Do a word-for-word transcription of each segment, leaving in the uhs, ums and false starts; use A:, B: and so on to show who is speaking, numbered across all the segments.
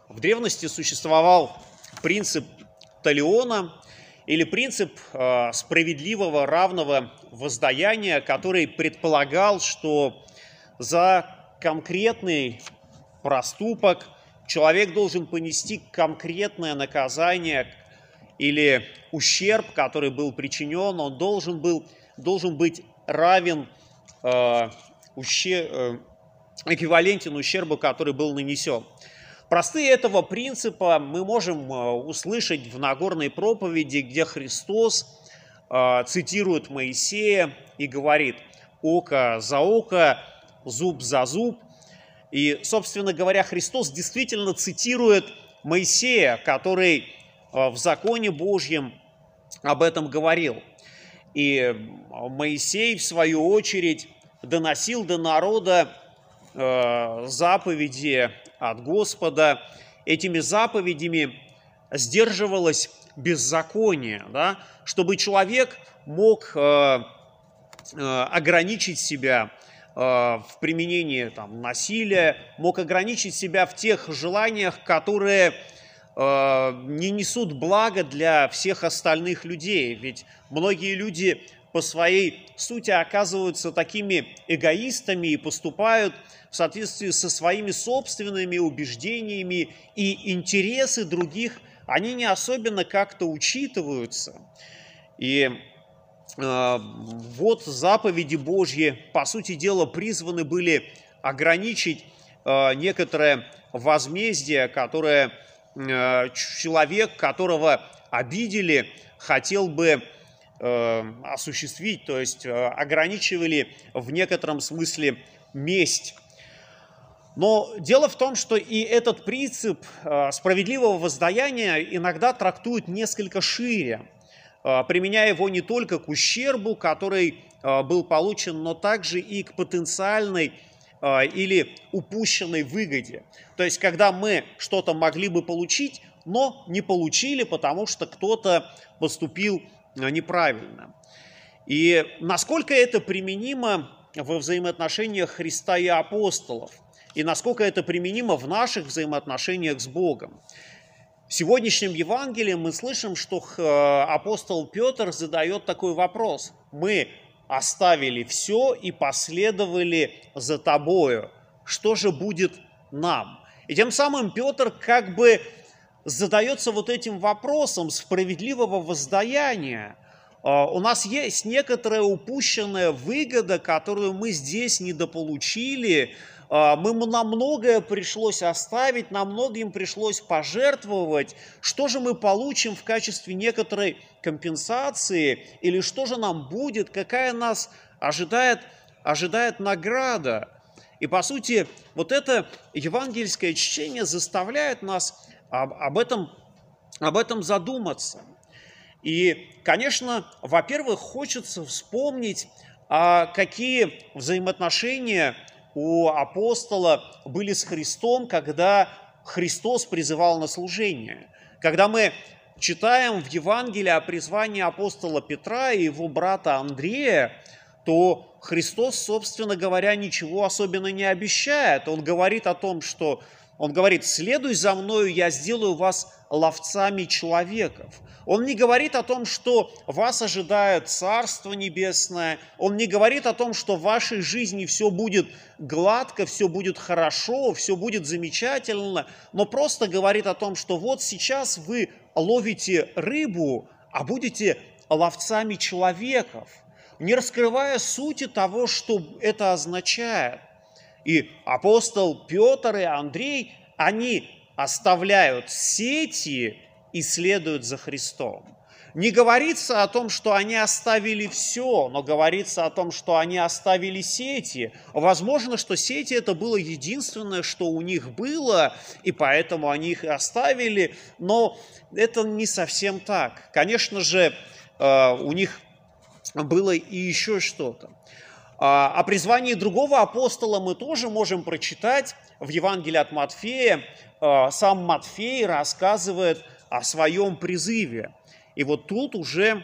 A: В древности существовал принцип талиона или принцип э, справедливого равного воздаяния, который предполагал, что за конкретный проступок человек должен понести конкретное наказание или ущерб, который был причинен, он должен, был, должен быть равен, э, ущер, э, эквивалентен ущербу, который был нанесен. Простые этого принципа мы можем услышать в Нагорной проповеди, где Христос э, цитирует Моисея и говорит: «Око за око, зуб за зуб». И, собственно говоря, Христос действительно цитирует Моисея, который э, в законе Божьем об этом говорил. И Моисей, в свою очередь, доносил до народа э, заповеди от Господа. Этими заповедями сдерживалось беззаконие, да, чтобы человек мог э, э, ограничить себя э, в применении там, насилия, мог ограничить себя в тех желаниях, которые э, не несут блага для всех остальных людей. Ведь многие люди по своей сути оказываются такими эгоистами и поступают в соответствии со своими собственными убеждениями, и интересы других, они не особенно как-то учитываются. И э, вот заповеди Божьи, по сути дела, призваны были ограничить э, некоторое возмездие, которое э, человек, которого обидели, хотел бы э, осуществить, то есть э, ограничивали в некотором смысле месть. Но дело в том, что и этот принцип справедливого воздаяния иногда трактуют несколько шире, применяя его не только к ущербу, который был получен, но также и к потенциальной или упущенной выгоде. То есть, когда мы что-то могли бы получить, но не получили, потому что кто-то поступил неправильно. И насколько это применимо во взаимоотношениях Христа и апостолов? И насколько это применимо в наших взаимоотношениях с Богом. В сегодняшнем Евангелии мы слышим, что апостол Петр задает такой вопрос: «Мы оставили все и последовали за тобою. Что же будет нам?» И тем самым Петр как бы задается вот этим вопросом справедливого воздаяния. У нас есть некоторая упущенная выгода, которую мы здесь недополучили. Мы, нам многое пришлось оставить, нам многим пришлось пожертвовать. Что же мы получим в качестве некоторой компенсации? Или что же нам будет? Какая нас ожидает, ожидает награда? И по сути, вот это евангельское чтение заставляет нас об, об, этом, об этом задуматься. И, конечно, во-первых, хочется вспомнить, какие взаимоотношения у апостола были с Христом, когда Христос призывал на служение. Когда мы читаем в Евангелии о призвании апостола Петра и его брата Андрея, то Христос, собственно говоря, ничего особенно не обещает. Он говорит о том, что Он говорит: «Следуй за мною, я сделаю вас ловцами человеков». Он не говорит о том, что вас ожидает Царство Небесное. Он не говорит о том, что в вашей жизни все будет гладко, все будет хорошо, все будет замечательно. Но просто говорит о том, что вот сейчас вы ловите рыбу, а будете ловцами человеков, не раскрывая сути того, что это означает. И апостол Петр и Андрей, они оставляют сети и следуют за Христом. Не говорится о том, что они оставили все, но говорится о том, что они оставили сети. Возможно, что сети это было единственное, что у них было, и поэтому они их оставили, но это не совсем так. Конечно же, у них было и еще что-то. О призвании другого апостола мы тоже можем прочитать в Евангелии от Матфея. Сам Матфей рассказывает о своем призыве. И вот тут уже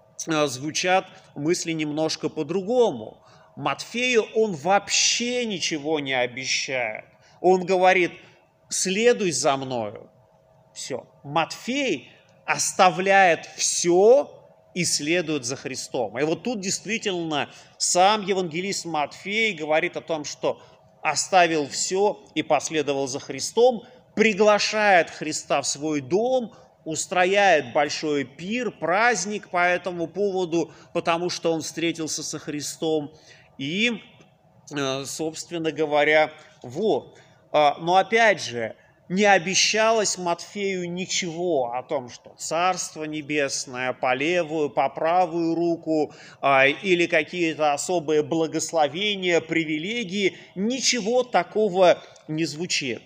A: звучат мысли немножко по-другому. Матфею он вообще ничего не обещает. Он говорит: следуй за мною. Все. Матфей оставляет все и следует за Христом. И вот тут действительно сам евангелист Матфей говорит о том, что оставил все и последовал за Христом, приглашает Христа в свой дом, устрояет большой пир, праздник по этому поводу, потому что он встретился со Христом. И, собственно говоря, вот. Но опять же, не обещалось Матфею ничего о том, что Царство Небесное по левую, по правую руку а, или какие-то особые благословения, привилегии. Ничего такого не звучит.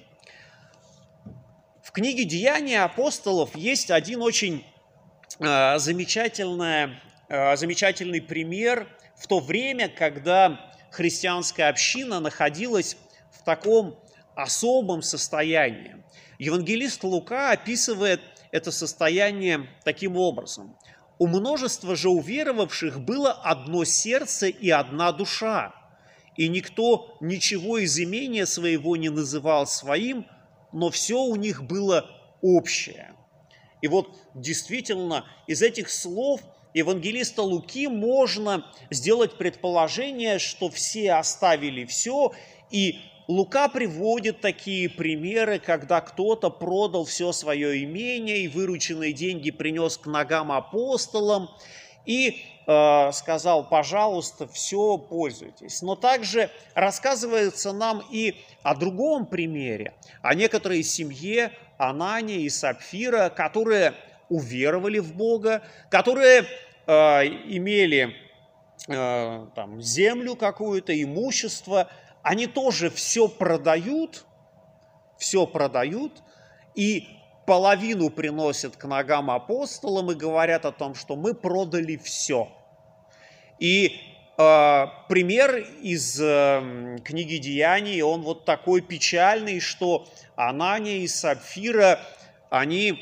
A: В книге «Деяния апостолов» есть один очень а, замечательный, а, замечательный пример в то время, когда христианская община находилась в таком особом состоянии. Евангелист Лука описывает это состояние таким образом. У множества же уверовавших было одно сердце и одна душа, и никто ничего из имения своего не называл своим, но все у них было общее. И вот действительно из этих слов евангелиста Луки можно сделать предположение, что все оставили все, и Лука приводит такие примеры, когда кто-то продал все свое имение и вырученные деньги принес к ногам апостолам и э, сказал: пожалуйста, все, пользуйтесь. Но также рассказывается нам и о другом примере, о некоторой семье Анания и Сапфира, которые уверовали в Бога, которые э, имели э, там, землю какую-то, имущество. Они тоже все продают, все продают, и половину приносят к ногам апостолам и говорят о том, что мы продали все. И э, пример из э, книги «Деяний», он вот такой печальный, что Анания и Сапфира, они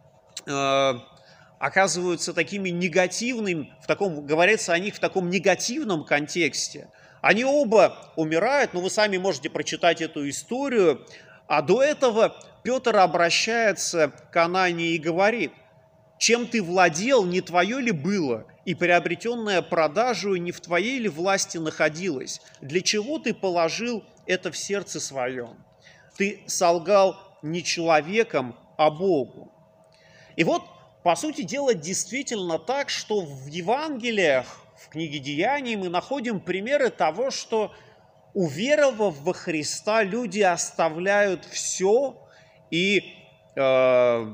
A: э, оказываются такими негативными, в таком, говорится о них в таком негативном контексте. Они оба умирают, но вы сами можете прочитать эту историю. А до этого Петр обращается к Анании и говорит: чем ты владел, не твое ли было, и приобретенное продажу не в твоей ли власти находилось? Для чего ты положил это в сердце своем? Ты солгал не человеком, а Богу. И вот, по сути дела, действительно так, что в Евангелиях, в книге «Деяний» мы находим примеры того, что, уверовав во Христа, люди оставляют все и э,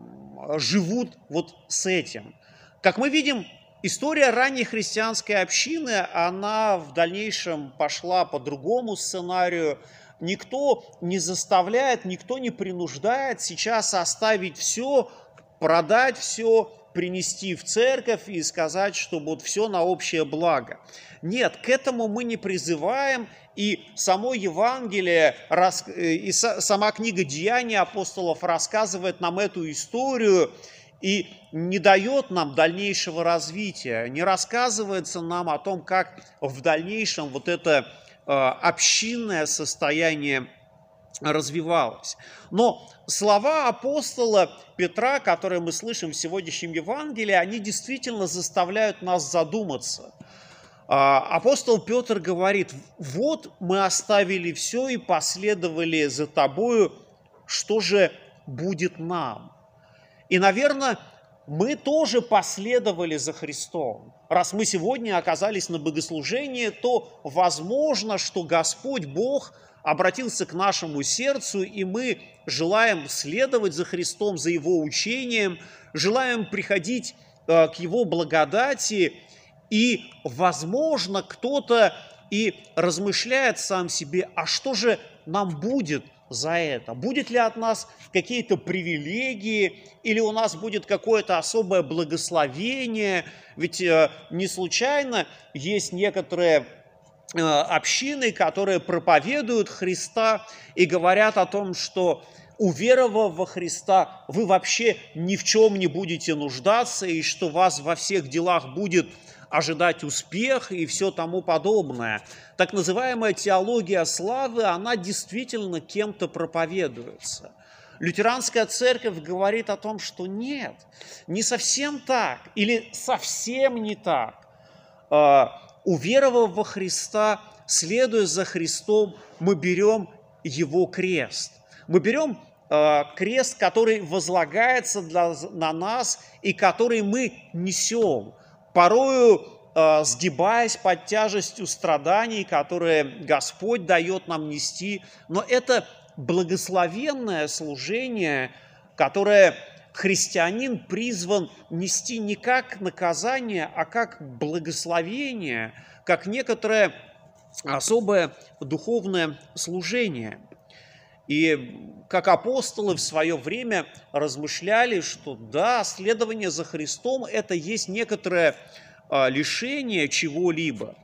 A: живут вот с этим. Как мы видим, история ранней христианской общины, она в дальнейшем пошла по другому сценарию. Никто не заставляет, никто не принуждает сейчас оставить все, продать все, принести в церковь и сказать, что вот все на общее благо. Нет, к этому мы не призываем, и само Евангелие, и сама книга «Деяния апостолов» рассказывает нам эту историю и не дает нам дальнейшего развития, не рассказывается нам о том, как в дальнейшем вот это общинное состояние развивалось. Но слова апостола Петра, которые мы слышим в сегодняшнем Евангелии, они действительно заставляют нас задуматься. Апостол Петр говорит: вот мы оставили все и последовали за тобою, что же будет нам? И, наверное, мы тоже последовали за Христом. Раз мы сегодня оказались на богослужении, то возможно, что Господь Бог обратился к нашему сердцу, и мы желаем следовать за Христом, за Его учением, желаем приходить э, к Его благодати, и, возможно, кто-то и размышляет сам себе: а что же нам будет за это? Будет ли от нас какие-то привилегии, или у нас будет какое-то особое благословение? Ведь э, не случайно есть некоторые общины, которые проповедуют Христа и говорят о том, что, уверовав во Христа, вы вообще ни в чем не будете нуждаться, и что вас во всех делах будет ожидать успех и все тому подобное. Так называемая теология славы, она действительно кем-то проповедуется. Лютеранская церковь говорит о том, что нет, не совсем так или совсем не так. Уверовав во Христа, следуя за Христом, мы берем Его крест. Мы берем крест, который возлагается для, на нас и который мы несем, порою сгибаясь под тяжестью страданий, которые Господь дает нам нести. Но это благословенное служение, которое христианин призван нести не как наказание, а как благословение, как некоторое особое духовное служение. И как апостолы в свое время размышляли, что да, следование за Христом – это есть некоторое лишение чего-либо.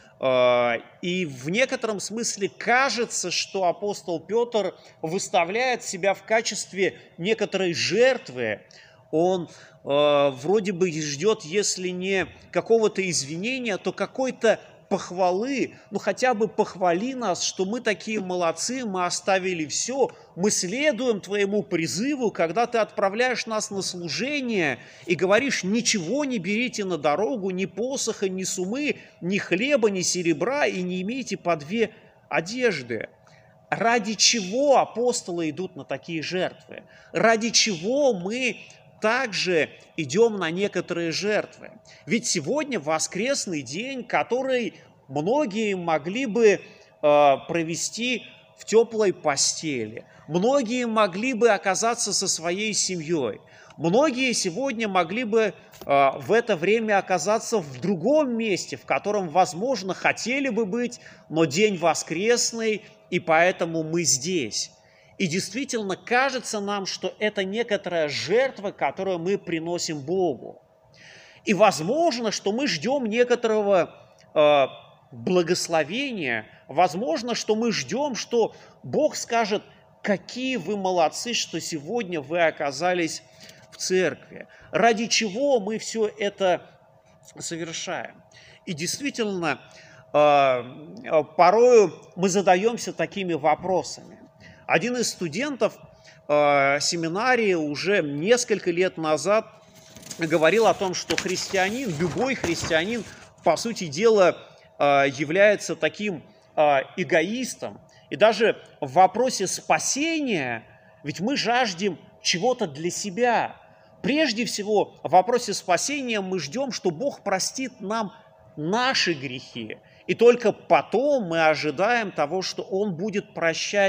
A: И в некотором смысле кажется, что апостол Петр выставляет себя в качестве некоторой жертвы. Он вроде бы ждет, если не какого-то извинения, то какой-то похвалы, ну хотя бы похвали нас, что мы такие молодцы, мы оставили все, мы следуем твоему призыву, когда ты отправляешь нас на служение и говоришь: ничего не берите на дорогу, ни посоха, ни сумы, ни хлеба, ни серебра, и не имейте по две одежды. Ради чего апостолы идут на такие жертвы? Ради чего мы также идем на некоторые жертвы? Ведь сегодня воскресный день, который многие могли бы э, провести в теплой постели. Многие могли бы оказаться со своей семьей. Многие сегодня могли бы э, в это время оказаться в другом месте, в котором, возможно, хотели бы быть, но день воскресный, и поэтому мы здесь. И действительно кажется нам, что это некоторая жертва, которую мы приносим Богу. И возможно, что мы ждем некоторого э, благословения, возможно, что мы ждем, что Бог скажет: какие вы молодцы, что сегодня вы оказались в церкви. Ради чего мы все это совершаем? И действительно, э, порою мы задаемся такими вопросами. Один из студентов э, семинарии уже несколько лет назад говорил о том, что христианин, любой христианин, по сути дела, э, является таким э, эгоистом. И даже в вопросе спасения, ведь мы жаждем чего-то для себя. Прежде всего, в вопросе спасения мы ждем, что Бог простит нам наши грехи. И только потом мы ожидаем того, что Он будет прощать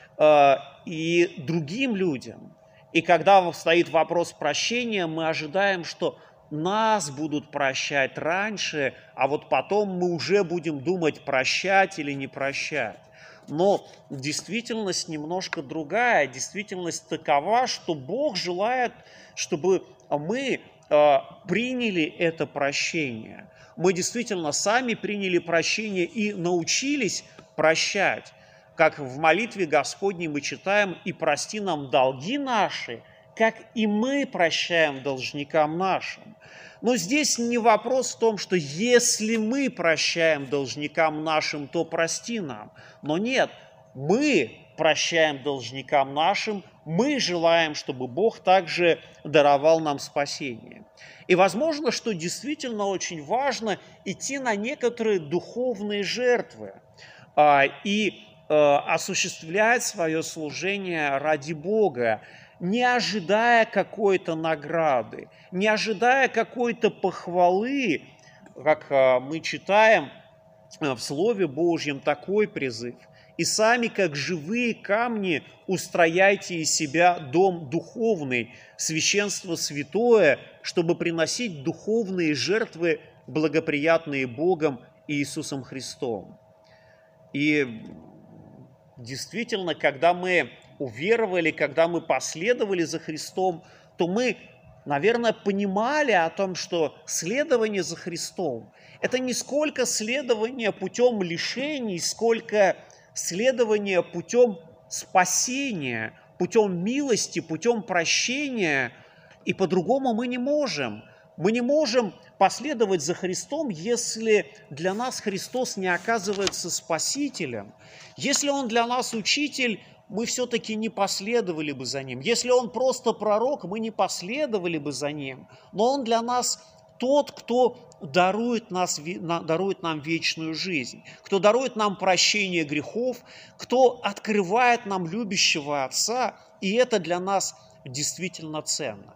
A: и другим людям. И когда стоит вопрос прощения, мы ожидаем, что нас будут прощать раньше, а вот потом мы уже будем думать, прощать или не прощать. Но действительность немножко другая. Действительность такова, что Бог желает, чтобы мы э, приняли это прощение. Мы действительно сами приняли прощение и научились прощать. Как в молитве Господней мы читаем: «И прости нам долги наши, как и мы прощаем должникам нашим». Но здесь не вопрос в том, что если мы прощаем должникам нашим, то прости нам. Но нет, мы прощаем должникам нашим, мы желаем, чтобы Бог также даровал нам спасение. И возможно, что действительно очень важно идти на некоторые духовные жертвы и осуществлять свое служение ради Бога, не ожидая какой-то награды, не ожидая какой-то похвалы, как мы читаем в Слове Божьем такой призыв: «И сами, как живые камни, устрояйте из себя дом духовный, священство святое, чтобы приносить духовные жертвы, благоприятные Богом и Иисусом Христом». И действительно, когда мы уверовали, когда мы последовали за Христом, то мы, наверное, понимали о том, что следование за Христом – это не сколько следование путем лишений, сколько следование путем спасения, путем милости, путем прощения. И по-другому мы не можем. Мы не можем последовать за Христом, если для нас Христос не оказывается Спасителем. Если Он для нас учитель, мы все-таки не последовали бы за Ним. Если Он просто пророк, мы не последовали бы за Ним. Но Он для нас тот, кто дарует, нас, дарует нам вечную жизнь, кто дарует нам прощение грехов, кто открывает нам любящего Отца, и это для нас действительно ценно.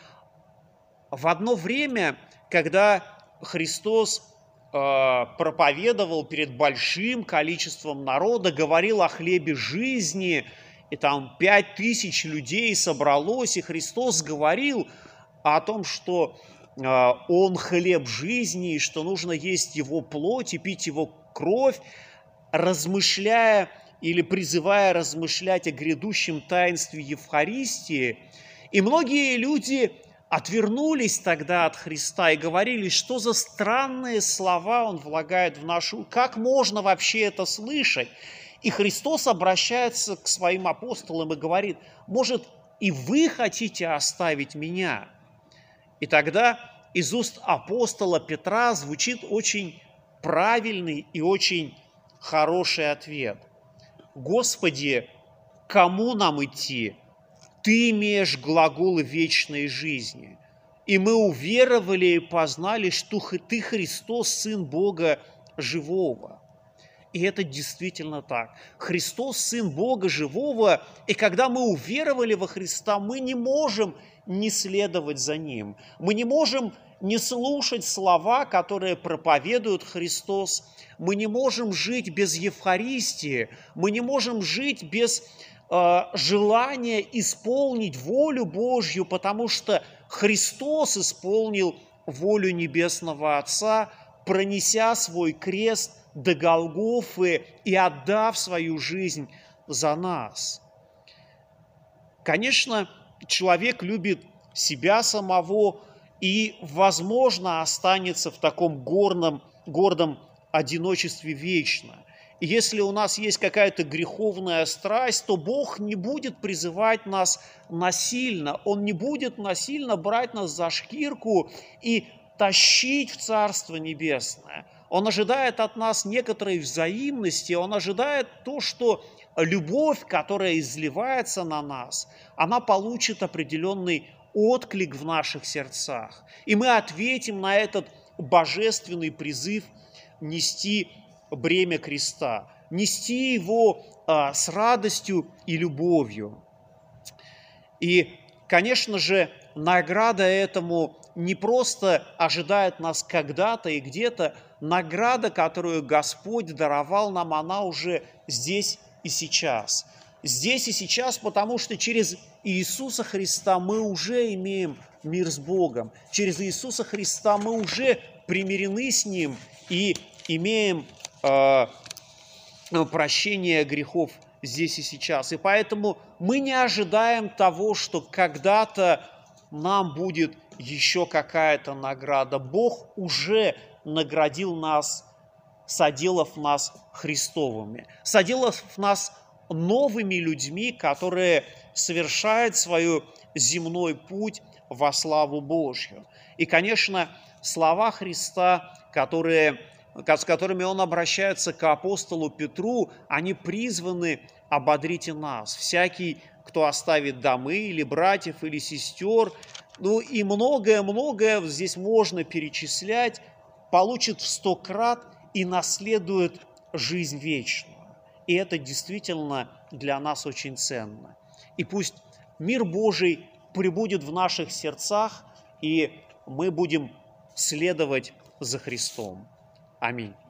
A: В одно время, когда Христос э, проповедовал перед большим количеством народа, говорил о хлебе жизни, и там пять тысяч людей собралось, и Христос говорил о том, что э, Он хлеб жизни, и что нужно есть Его плоть и пить Его кровь, размышляя или призывая размышлять о грядущем таинстве Евхаристии. И многие люди отвернулись тогда от Христа и говорили, что за странные слова Он влагает в нашу... Как можно вообще это слышать? И Христос обращается к своим апостолам и говорит: может, и вы хотите оставить меня? И тогда из уст апостола Петра звучит очень правильный и очень хороший ответ. Господи, кому нам идти? Ты имеешь глаголы вечной жизни. И мы уверовали и познали, что Ты Христос, Сын Бога Живого. И это действительно так. Христос, Сын Бога Живого, и когда мы уверовали во Христа, мы не можем не следовать за Ним. Мы не можем не слушать слова, которые проповедует Христос. Мы не можем жить без Евхаристии. Мы не можем жить без э, желания исполнить волю Божью, потому что Христос исполнил волю Небесного Отца, пронеся свой крест до Голгофы и отдав свою жизнь за нас. Конечно, человек любит себя самого и, возможно, останется в таком горном, гордом одиночестве вечно. И если у нас есть какая-то греховная страсть, то Бог не будет призывать нас насильно. Он не будет насильно брать нас за шкирку и тащить в Царство Небесное. Он ожидает от нас некоторой взаимности, Он ожидает то, что любовь, которая изливается на нас, она получит определенный отклик в наших сердцах. И мы ответим на этот божественный призыв нести бремя креста, нести его а, с радостью и любовью. И, конечно же, награда этому не просто ожидает нас когда-то и где-то. Награда, которую Господь даровал нам, она уже здесь и сейчас. Здесь и сейчас, потому что через Иисуса Христа мы уже имеем мир с Богом. Через Иисуса Христа мы уже примирены с Ним и имеем э, прощение грехов здесь и сейчас. И поэтому мы не ожидаем того, что когда-то нам будет еще какая-то награда. Бог уже наградил нас, соделав нас Христовыми, соделав нас новыми людьми, которые совершают свой земной путь во славу Божью. И, конечно, слова Христа, которые, с которыми Он обращается к апостолу Петру, они призваны ободрить и нас. Всякий, кто оставит домы или братьев, или сестер, ну и многое-многое здесь можно перечислять, получит в сто крат и наследует жизнь вечную. И это действительно для нас очень ценно. И пусть мир Божий пребудет в наших сердцах, и мы будем следовать за Христом. Аминь.